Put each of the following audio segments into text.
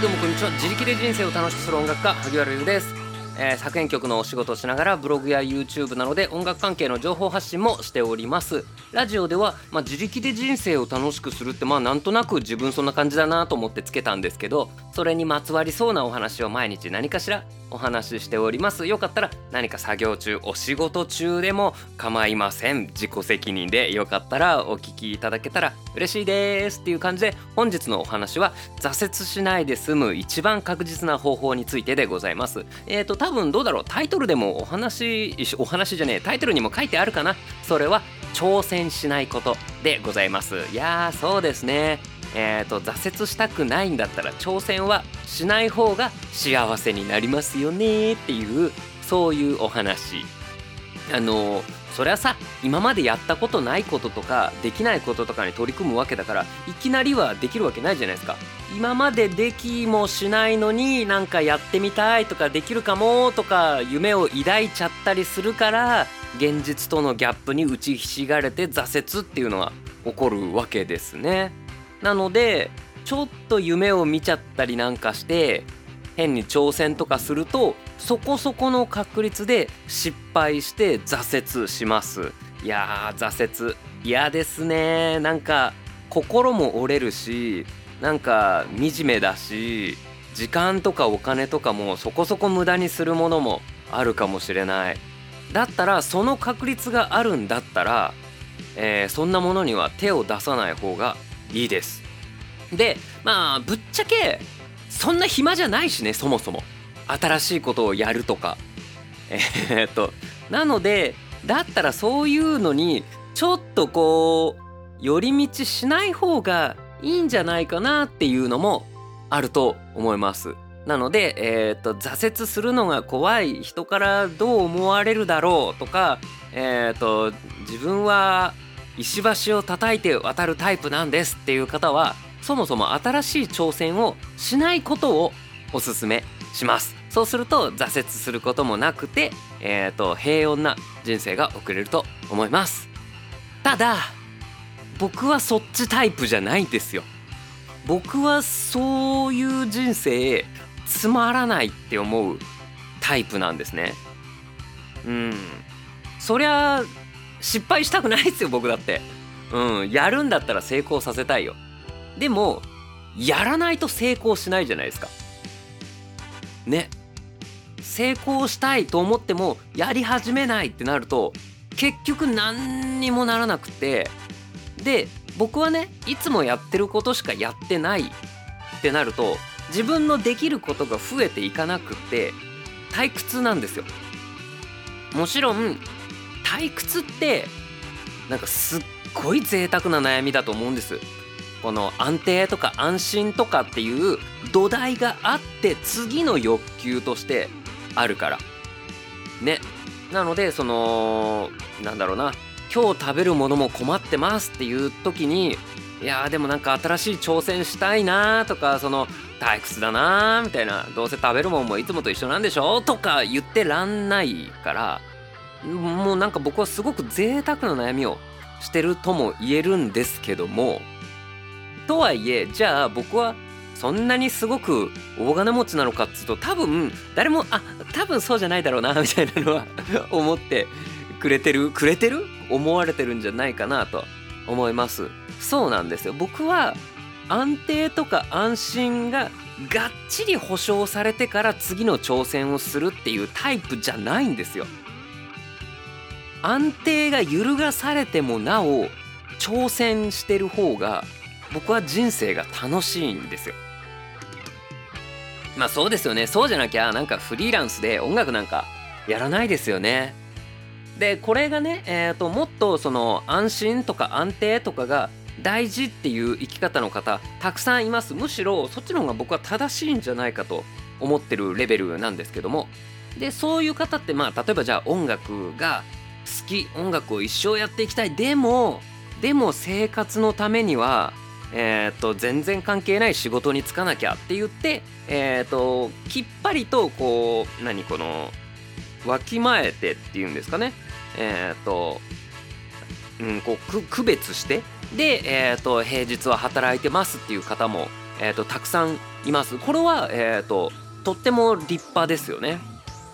どうもこんにちは。自力で人生を楽しくする音楽家萩原優です。作編曲のお仕事をしながらブログや YouTube などで音楽関係の情報発信もしております。ラジオでは、自力で人生を楽しくするってなんとなく自分そんな感じだなと思ってつけたんですけど、それにまつわりそうなお話を毎日何かしらお話ししております。よかったら何か作業中、お仕事中でも構いません。自己責任でよかったらお聞きいただけたら嬉しいですっていう感じで、本日のお話は挫折しないで済む一番確実な方法についてでございます。多分どうだろう、タイトルでもお話じゃねえ、タイトルにも書いてあるかな。それは挑戦しないことでございます。いやー、そうですね。挫折したくないんだったら挑戦はしない方が幸せになりますよねっていう、そういうお話。そりゃさ、今までやったことないこととかできないこととかに取り組むわけだから、いきなりはできるわけないじゃないですか。今までできもしないのになんかやってみたいとかできるかもとか夢を抱いちゃったりするから、現実とのギャップに打ちひしがれて挫折っていうのは起こるわけですね。なのでちょっと夢を見ちゃったりなんかして変に挑戦とかすると、そこそこの確率で失敗して挫折します。いやー、挫折嫌ですね。なんか心も折れるし、なんか惨めだし、時間とかお金とかもそこそこ無駄にするものもあるかもしれない。だったらその確率があるんだったら、そんなものには手を出さない方がいいです。でぶっちゃけそんな暇じゃないしね、そもそも新しいことをやるとかなので、だったらそういうのにちょっとこう寄り道しない方がいいんじゃないかなっていうのもあると思います。なので、挫折するのが怖い、人からどう思われるだろうとか、自分は石橋を叩いて渡るタイプなんですっていう方は、そもそも新しい挑戦をしないことをおすすめします。そうすると挫折することもなくて、平穏な人生が送れると思います。ただ僕はそっちタイプじゃないんですよ。僕はそういう人生つまらないって思うタイプなんですね。そりゃ失敗したくないですよ、僕だって。やるんだったら成功させたいよ。でもやらないと成功しないじゃないですかね。成功したいと思ってもやり始めないってなると結局何にもならなくて、で僕はね、いつもやってることしかやってないってなると、自分のできることが増えていかなくって退屈なんですよ。もちろん退屈ってなんかすっごい贅沢な悩みだと思うんです。この安定とか安心とかっていう土台があって次の欲求としてあるからね。なのでなんだろうな、今日食べるものも困ってますっていう時に、いやでもなんか新しい挑戦したいなとか、退屈だなみたいな、どうせ食べるもんもいつもと一緒なんでしょとか言ってらんないから、もうなんか僕はすごく贅沢な悩みをしてるとも言えるんですけども、とはいえじゃあ僕はそんなにすごく大金持ちなのかっつうと、多分誰も多分そうじゃないだろうなみたいなのは思ってくれてる思われてるんじゃないかなと思います。そうなんですよ。僕は安定とか安心ががっちり保証されてから次の挑戦をするっていうタイプじゃないんですよ。安定が揺るがされてもなお挑戦してる方が僕は人生が楽しいんですよ。そうですよね。そうじゃなきゃなんかフリーランスで音楽なんかやらないですよね。でこれがね、もっと安心とか安定とかが大事っていう生き方の方たくさんいます。むしろそっちの方が僕は正しいんじゃないかと思ってるレベルなんですけども、でそういう方って例えばじゃあ音楽が好き、音楽を一生やっていきたい、でも生活のためには全然関係ない仕事に就かなきゃって言って、きっぱりとこのわきまえてっていうんですかね、こう区別してで、平日は働いてますっていう方もたくさんいます。これは、とっても立派ですよね。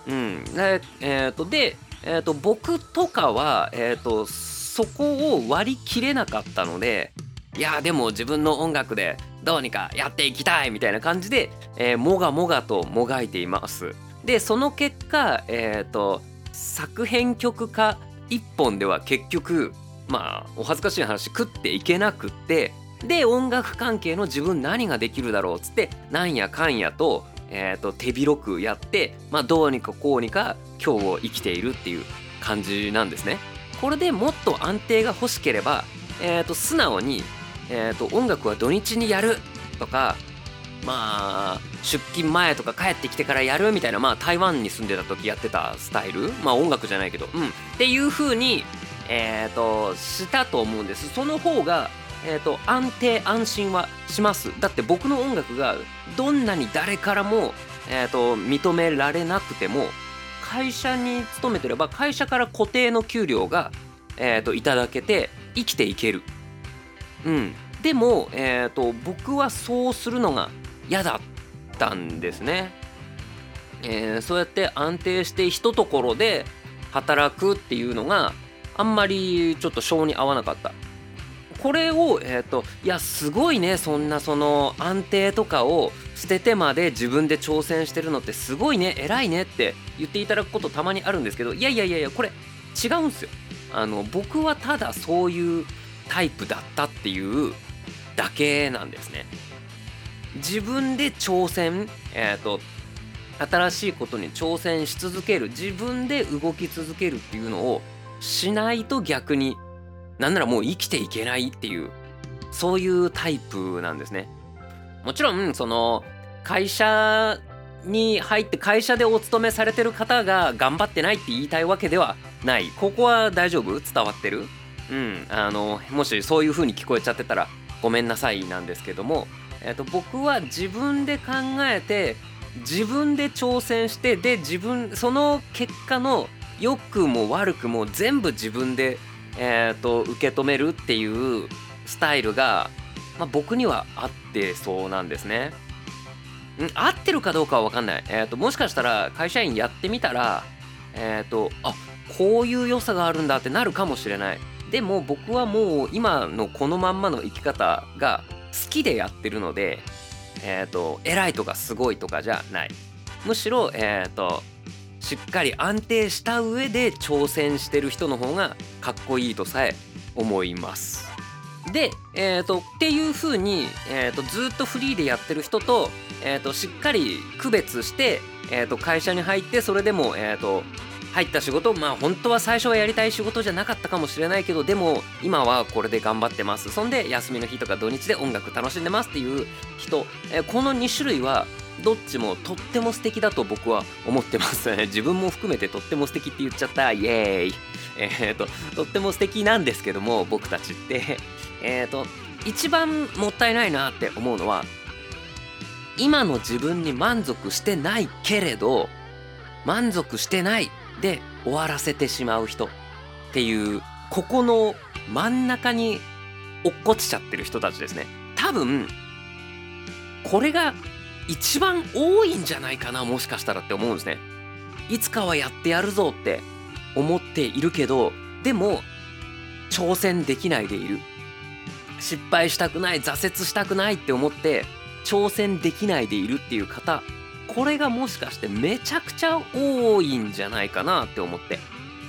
僕とかは、そこを割り切れなかったので、いやでも自分の音楽でどうにかやっていきたいみたいな感じで、もがもがともがいています。でその結果、作編曲家一本では結局お恥ずかしい話食っていけなくって、で音楽関係の自分何ができるだろうっつってなんやかんやと、手広くやって、どうにかこうにか今日を生きているっていう感じなんですね。これでもっと安定が欲しければ、素直に、音楽は土日にやるとか、出勤前とか帰ってきてからやるみたいな、台湾に住んでた時やってたスタイル、音楽じゃないけど、っていう風に、したと思うんです。その方が、安定安心はします。だって僕の音楽がどんなに誰からも、認められなくても、会社に勤めてれば会社から固定の給料が、いただけて生きていける。でも、僕はそうするのが嫌だったんですね。そうやって安定して一ところで働くっていうのがあんまりちょっと性に合わなかった。これを、いやすごいね、そんなその安定とかを捨ててまで自分で挑戦してるのってすごいね、偉いねって言っていただくことたまにあるんですけど、いやこれ違うんすよ。僕はただそういうタイプだったっていうだけなんですね。自分で挑戦、新しいことに挑戦し続ける、自分で動き続けるっていうのをしないと逆になんならもう生きていけないっていう、そういうタイプなんですね。もちろんその会社に入って会社でお勤めされてる方が頑張ってないって言いたいわけではない。ここは大丈夫？伝わってる？もしそういう風に聞こえちゃってたらごめんなさいなんですけども、僕は自分で考えて自分で挑戦して、でその結果の良くも悪くも全部自分で受け止めるっていうスタイルが、僕には合ってそうなんですね。合ってるかどうかは分かんない。もしかしたら会社員やってみたらこういう良さがあるんだってなるかもしれない。でも僕はもう今のこのまんまの生き方が好きでやってるので、偉いとかすごいとかじゃない。むしろしっかり安定した上で挑戦してる人の方がかっこいいとさえ思います。で、っていう風に、ずっとフリーでやってる人と、しっかり区別して、会社に入ってそれでも、入った仕事、本当は最初はやりたい仕事じゃなかったかもしれないけど、でも今はこれで頑張ってます。そんで休みの日とか土日で音楽楽しんでますっていう人、この2種類はどっちもとっても素敵だと僕は思ってますね。自分も含めてとっても素敵って言っちゃった。イエーイ。とっても素敵なんですけども、僕たちって一番もったいないなって思うのは、今の自分に満足してないけれど満足してないで終わらせてしまう人っていう、ここの真ん中に落っこちちゃってる人たちですね。多分これが一番多いんじゃないかな、もしかしたらって思うんですね。いつかはやってやるぞって思っているけど、でも挑戦できないでいる、失敗したくない、挫折したくないって思って挑戦できないでいるっていう方、これがもしかしてめちゃくちゃ多いんじゃないかなって思って、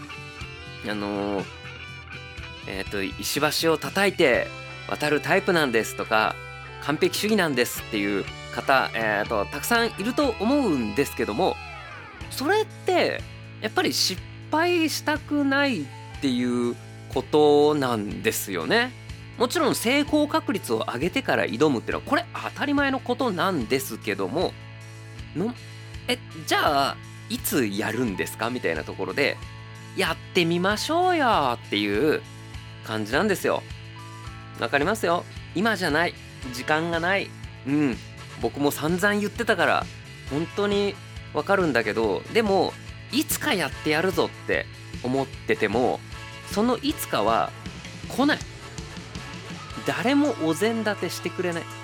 石橋を叩いて渡るタイプなんですとか、完璧主義なんですっていう方、たくさんいると思うんですけども、それってやっぱり失敗したくないっていうことなんですよね。もちろん成功確率を上げてから挑むっていうのはこれ当たり前のことなんですけども、じゃあいつやるんですかみたいなところで、やってみましょうよっていう感じなんですよ。わかりますよ。今じゃない、時間がない、僕も散々言ってたから本当にわかるんだけど、でもいつかやってやるぞって思ってても、そのいつかは来ない。誰もお膳立てしてくれない。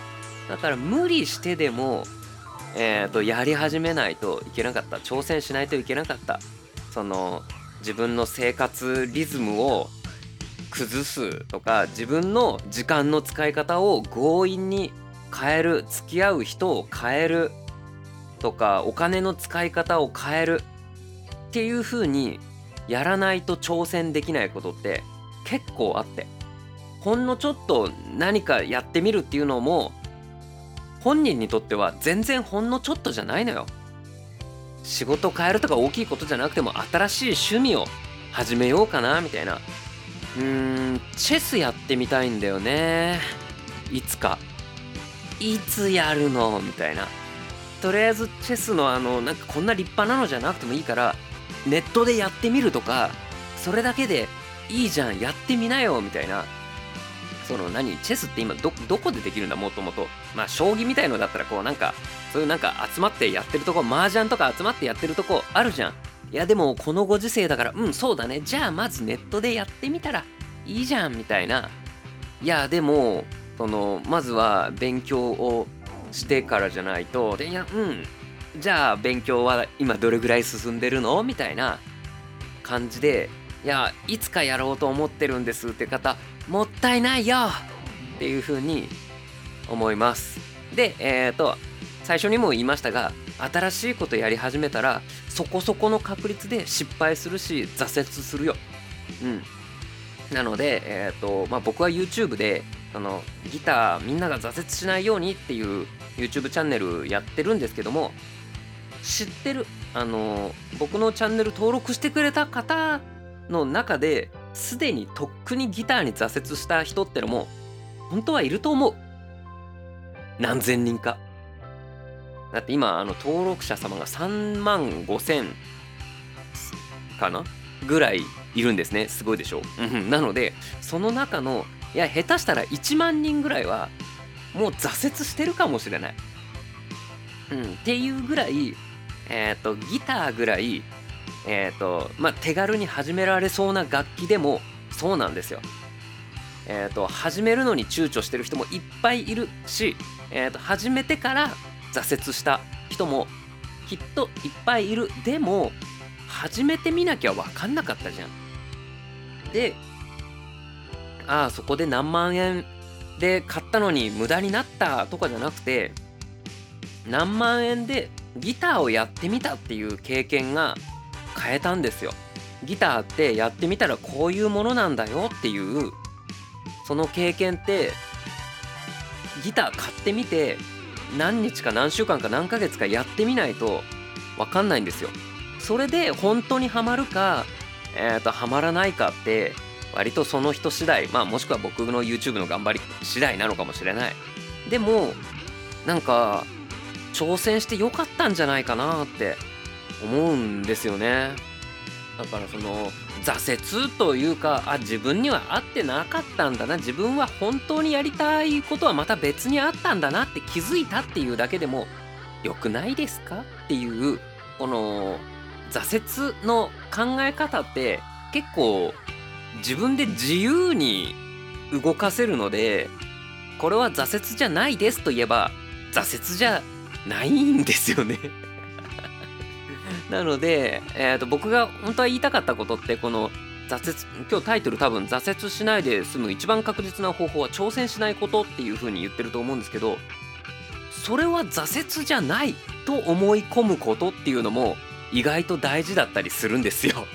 だから無理してでもやり始めないといけなかった。挑戦しないといけなかった。その自分の生活リズムを崩すとか、自分の時間の使い方を強引に変える、付き合う人を変えるとか、お金の使い方を変えるっていう風にやらないと挑戦できないことって結構あって、ほんのちょっと何かやってみるっていうのも本人にとっては全然ほんのちょっとじゃないのよ。仕事変えるとか大きいことじゃなくても、新しい趣味を始めようかなみたいな。チェスやってみたいんだよね。いつか。いつやるのみたいな。とりあえずチェスのなんかこんな立派なのじゃなくてもいいからネットでやってみるとか、それだけでいいじゃん、やってみなよみたいな。そのチェスって今どこでできるんだ、もともと。まあ将棋みたいのだったらこうなんかそういうなんか集まってやってるとこ、麻雀とか集まってやってるとこあるじゃん。いやでもこのご時世だから、そうだね、じゃあまずネットでやってみたらいいじゃんみたいな。いやでもまずは勉強をしてからじゃないと。でじゃあ勉強は今どれぐらい進んでるのみたいな感じで、いつかやろうと思ってるんですって方、もったいないよっていう風に思います。で最初にも言いましたが、新しいことやり始めたらそこそこの確率で失敗するし挫折するよ。なので僕は YouTube でギターみんなが挫折しないようにっていう YouTube チャンネルやってるんですけども、知ってる僕のチャンネル登録してくれた方の中ですでにとっくにギターに挫折した人ってのも本当はいると思う。何千人か。だって今登録者様が3万5千かなぐらいいるんですね。すごいでしょ。なのでその中の下手したら1万人ぐらいはもう挫折してるかもしれない。っていうぐらいギターぐらい手軽に始められそうな楽器でもそうなんですよ。始めるのに躊躇してる人もいっぱいいるし、始めてから挫折した人もきっといっぱいいる。でも始めてみなきゃ分かんなかったじゃん。でそこで何万円で買ったのに無駄になったとかじゃなくて、何万円でギターをやってみたっていう経験が変えたんですよ。ギターってやってみたらこういうものなんだよっていう、その経験ってギター買ってみて何日か何週間か何ヶ月かやってみないと分かんないんですよ。それで本当にハマるかハマらないかって割とその人次第、もしくは僕の YouTube の頑張り次第なのかもしれない。でもなんか挑戦してよかったんじゃないかなって思うんですよね。だから挫折というか、自分には合ってなかったんだな、自分は本当にやりたいことはまた別にあったんだなって気づいたっていうだけでも良くないですかっていう、この挫折の考え方って結構自分で自由に動かせるので、これは挫折じゃないですと言えば挫折じゃないんですよね。なので、僕が本当は言いたかったことって、この挫折、今日タイトル多分挫折しないで済む一番確実な方法は挑戦しないことっていう風に言ってると思うんですけど、それは挫折じゃないと思い込むことっていうのも意外と大事だったりするんですよ。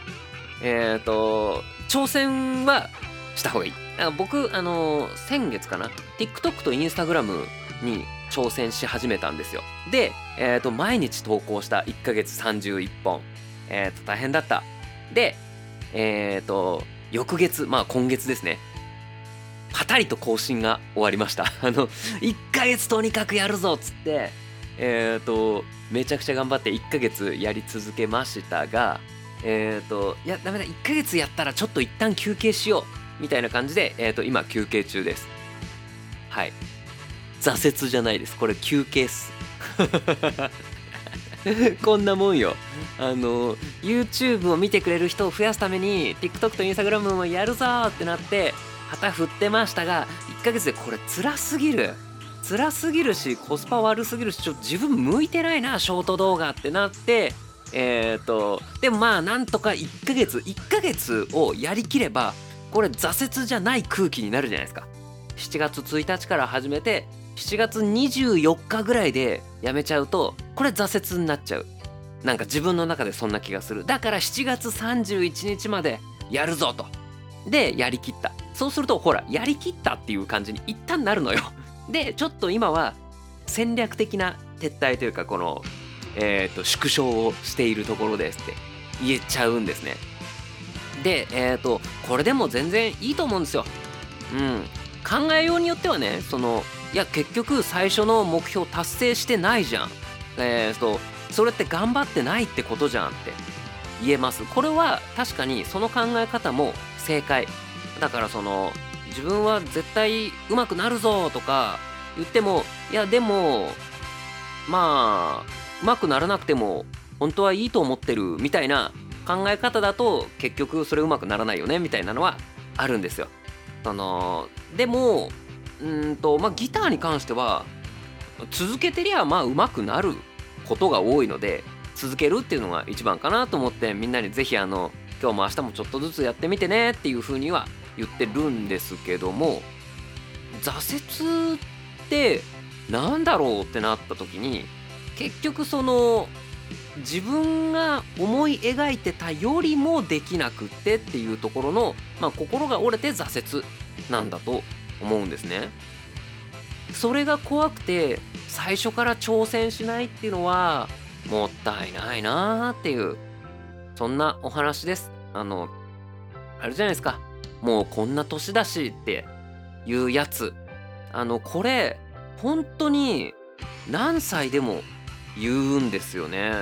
挑戦はした方がいい。僕先月かな、 TikTok と Instagram に挑戦し始めたんですよ。で毎日投稿した1ヶ月31本。大変だった。で翌月、今月ですね、パタリと更新が終わりました。1ヶ月とにかくやるぞっつってめちゃくちゃ頑張って1ヶ月やり続けましたが、いやダメだ、1ヶ月やったらちょっと一旦休憩しようみたいな感じで今休憩中です。はい、挫折じゃないです、これ休憩っす。こんなもんよ。YouTube を見てくれる人を増やすために TikTok と Instagram もやるぞってなって旗振ってましたが、1ヶ月でこれ辛すぎる。 辛すぎるしコスパ悪すぎるし、ちょっと自分向いてないなショート動画ってなって、でもまあなんとか1ヶ月をやりきれば、これ挫折じゃない空気になるじゃないですか。7月1日から始めて7月24日ぐらいでやめちゃうと、これ挫折になっちゃう。なんか自分の中でそんな気がする。だから7月31日までやるぞと。でやりきった。そうするとほらやりきったっていう感じに一旦なるのよ。でちょっと今は戦略的な撤退というか、この縮小をしているところですって言えちゃうんですね。でこれでも全然いいと思うんですよ。考えようによってはね、いや結局最初の目標達成してないじゃん、それって頑張ってないってことじゃんって言えます。これは確かにその考え方も正解だから、自分は絶対上手くなるぞとか言っても、いやでもまあ上手くならなくても本当はいいと思ってるみたいな考え方だと、結局それ上手くならないよねみたいなのはあるんですよ。でもギターに関しては続けてりゃ上手くなることが多いので、続けるっていうのが一番かなと思って、みんなにぜひ今日も明日もちょっとずつやってみてねっていう風には言ってるんですけども、挫折ってなんだろうってなった時に、結局自分が思い描いてたよりもできなくってっていうところの、心が折れて挫折なんだと思うんですね。それが怖くて最初から挑戦しないっていうのはもったいないなーっていう、そんなお話です。あれじゃないですか、もうこんな年だしっていうやつ、これ本当に何歳でも言うんですよね。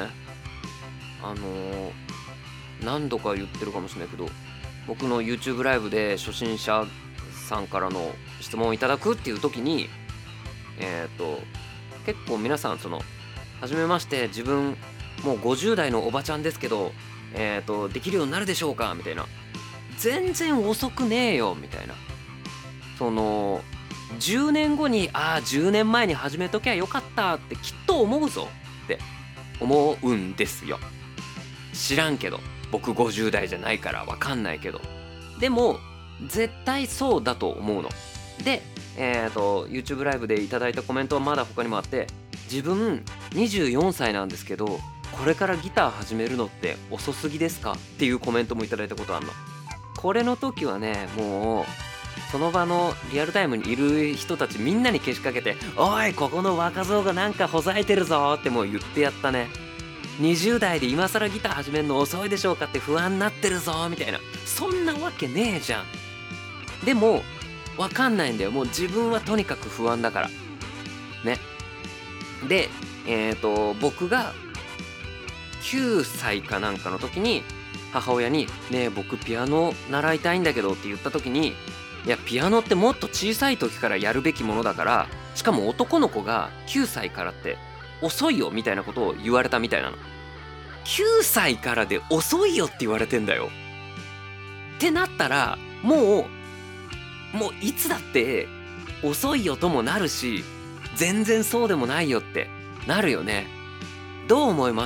何度か言ってるかもしれないけど、僕の YouTube ライブで初心者さんからの質問をいただくっていう時に、結構皆さんはじめまして、自分もう50代のおばちゃんですけど、できるようになるでしょうかみたいな、全然遅くねえよみたいな、10年後に10年前に始めときゃよかったってきっと思うぞって思うんですよ。知らんけど、僕50代じゃないから分かんないけど、でも絶対そうだと思うので、YouTube ライブでいただいたコメントはまだ他にもあって、自分24歳なんですけどこれからギター始めるのって遅すぎですかっていうコメントもいただいたことあるの。これの時はね、もうその場のリアルタイムにいる人たちみんなにけしかけて、おいここの若造がなんかほざいてるぞってもう言ってやったね。20代で今更ギター始めるの遅いでしょうかって不安になってるぞみたいな、そんなわけねえじゃん。でもわかんないんだよ、もう自分はとにかく不安だからね。で僕が9歳かなんかの時に母親に「ねえ僕ピアノ習いたいんだけど」って言った時に、いやピアノってもっと小さい時からやるべきものだから、しかも男の子が9歳からって遅いよみたいなことを言われたみたいなの。9歳からで遅いよって言われてんだよってなったら、もういつだって遅いよともなるし、全然そうでもないよってなるよね。どう思います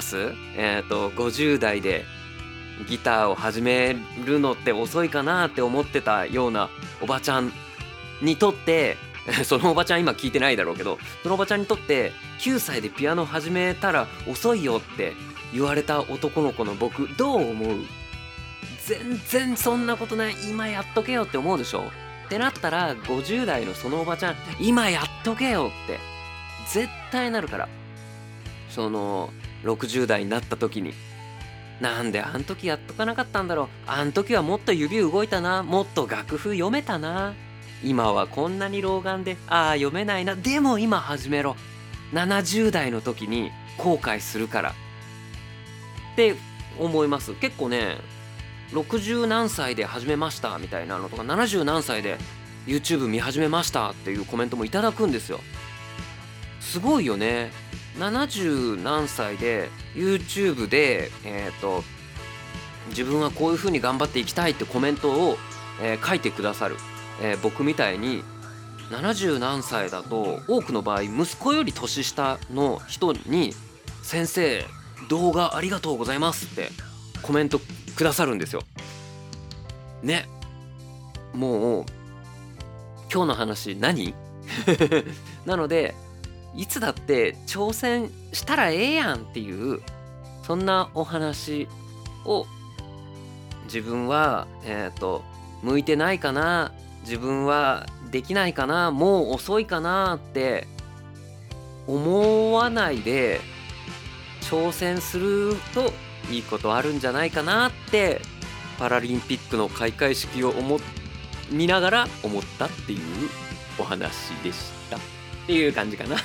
？50代でギターを始めるのって遅いかなって思ってたようなおばちゃんにとってそのおばちゃん今聞いてないだろうけど、そのおばちゃんにとって9歳でピアノ始めたら遅いよって言われた男の子の僕、どう思う？全然そんなことない、今やっとけよって思うでしょってなったら、50代のそのおばちゃん今やっとけよって絶対なるから、60代になった時に、なんであん時やっとかなかったんだろう、あん時はもっと指動いたな、もっと楽譜読めたな、今はこんなに老眼で読めないな、でも今始めろ、70代の時に後悔するからって思います。結構ね、60何歳で始めましたみたいなのとか、70何歳で YouTube 見始めましたっていうコメントもいただくんですよ。すごいよね。70何歳で YouTube で自分はこういう風に頑張っていきたいってコメントを、書いてくださる、僕みたいに 70何歳だと多くの場合息子より年下の人に先生動画ありがとうございますってコメントくださるんですよね。もう今日の話何なのでいつだって挑戦したらええやんっていうそんなお話を自分は向いてないかな、自分はできないかな、もう遅いかなって思わないで挑戦するといいことあるんじゃないかなってパラリンピックの開会式を見ながら思ったっていうお話でしたっていう感じかな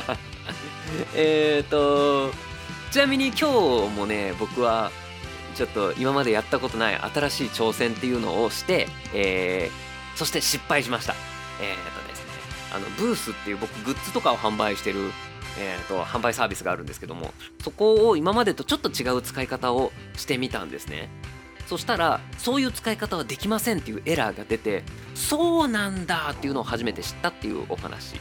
ちなみに今日もね僕はちょっと今までやったことない新しい挑戦っていうのをして、そして失敗しました。ですね、ブースっていう僕グッズとかを販売してる、販売サービスがあるんですけども、そこを今までとちょっと違う使い方をしてみたんですね。そしたらそういう使い方はできませんっていうエラーが出て、そうなんだっていうのを初めて知ったっていうお話。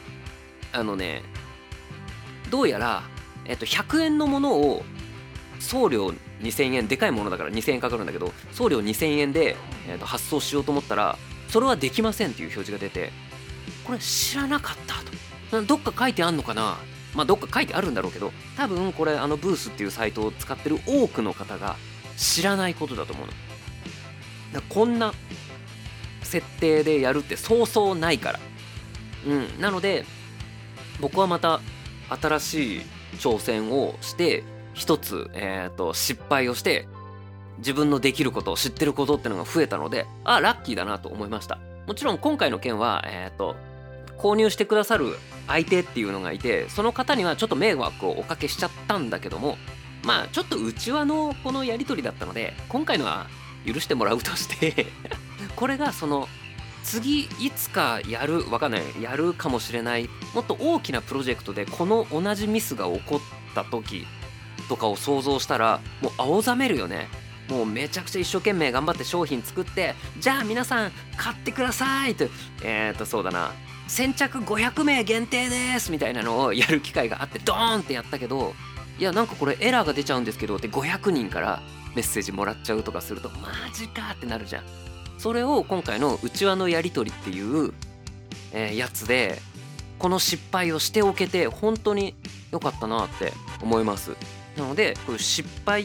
どうやら、100円のものを送料2000円、でかいものだから2000円かかるんだけど、送料2000円で、発送しようと思ったらそれはできませんっていう表示が出て、これ知らなかったと。どっか書いてあんのかな。まあどっか書いてあるんだろうけど、多分これブースっていうサイトを使ってる多くの方が知らないことだと思うの。だからこんな設定でやるってそうそうないから。なので僕はまた新しい挑戦をして一つ、失敗をして自分のできること知ってることってのが増えたので、ラッキーだなと思いました。もちろん今回の件は、購入してくださる相手っていうのがいて、その方にはちょっと迷惑をおかけしちゃったんだけども、まあちょっと内輪のこのやり取りだったので今回のは許してもらうとしてこれがその次いつかやるかもしれないもっと大きなプロジェクトでこの同じミスが起こった時とかを想像したらもう青ざめるよね。もうめちゃくちゃ一生懸命頑張って商品作って、じゃあ皆さん買ってくださいってそうだな、先着500名限定ですみたいなのをやる機会があってドーンってやったけど、いやなんかこれエラーが出ちゃうんですけどって500人からメッセージもらっちゃうとかするとマジかってなるじゃん。それを今回の内輪のやり取りっていう、やつでこの失敗をしておけて本当に良かったなって思います。なのでこういう失敗って、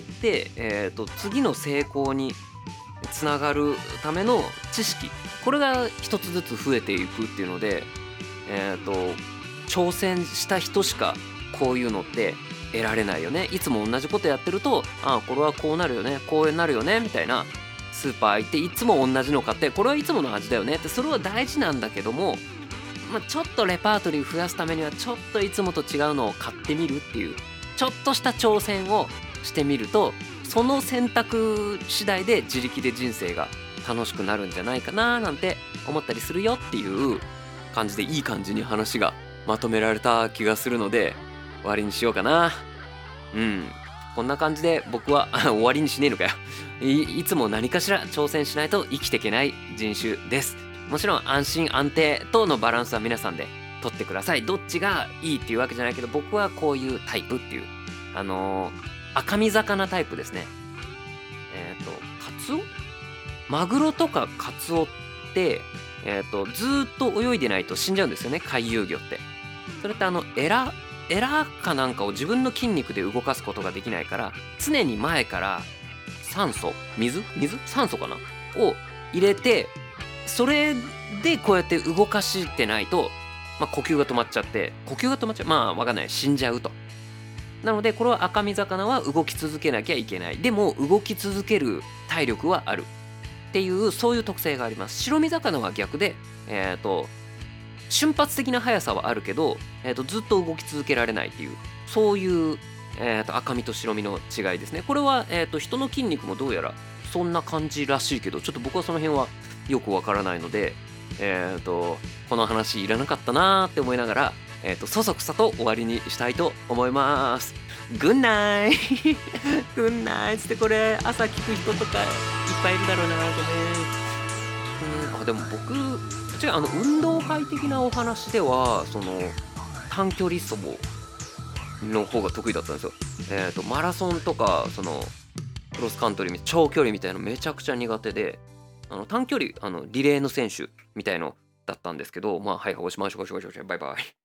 次の成功につながるための知識、これが一つずつ増えていくっていうので、挑戦した人しかこういうのって得られないよね。いつも同じことやってるとこれはこうなるよね、こうなるよねみたいな、スーパー行っていつも同じの買ってこれはいつもの味だよねって、それは大事なんだけども、ちょっとレパートリー増やすためにはちょっといつもと違うのを買ってみるっていうちょっとした挑戦をしてみると、その選択次第で自力で人生が楽しくなるんじゃないかななんて思ったりするよっていう感じで、いい感じに話がまとめられた気がするので終わりにしようかな。こんな感じで僕は終わりにしねえのかよいつも何かしら挑戦しないと生きていけない人種です。もちろん安心安定とのバランスは皆さんで取ってください。どっちがいいっていうわけじゃないけど、僕はこういうタイプっていう赤身魚タイプですね。カツオ、マグロとかカツオってずーっと泳いでないと死んじゃうんですよね、回遊魚って。それってエラかなんかを自分の筋肉で動かすことができないから、常に前から酸素酸素かなを入れて、それでこうやって動かしてないと、呼吸が止まっちゃう、わかんない、死んじゃうと。なのでこれは赤身魚は動き続けなきゃいけない。でも動き続ける体力はあるっていう、そういう特性があります。白身魚は逆で瞬発的な速さはあるけど、ずっと動き続けられないっていう、そういう、赤身と白身の違いですね。これは、人の筋肉もどうやらそんな感じらしいけど、ちょっと僕はその辺はよくわからないので、この話いらなかったなーって思いながら、そそくさと終わりにしたいと思います。グッナイグッナイってこれ朝聞く人とかいっぱいいるだろうなとね。 でも僕運動会的なお話では短距離走の方が得意だったんですよ。マラソンとかクロスカントリー長距離みたいなのめちゃくちゃ苦手で、短距離リレーの選手みたいのだったんですけど、はい、おしまいバイバイ。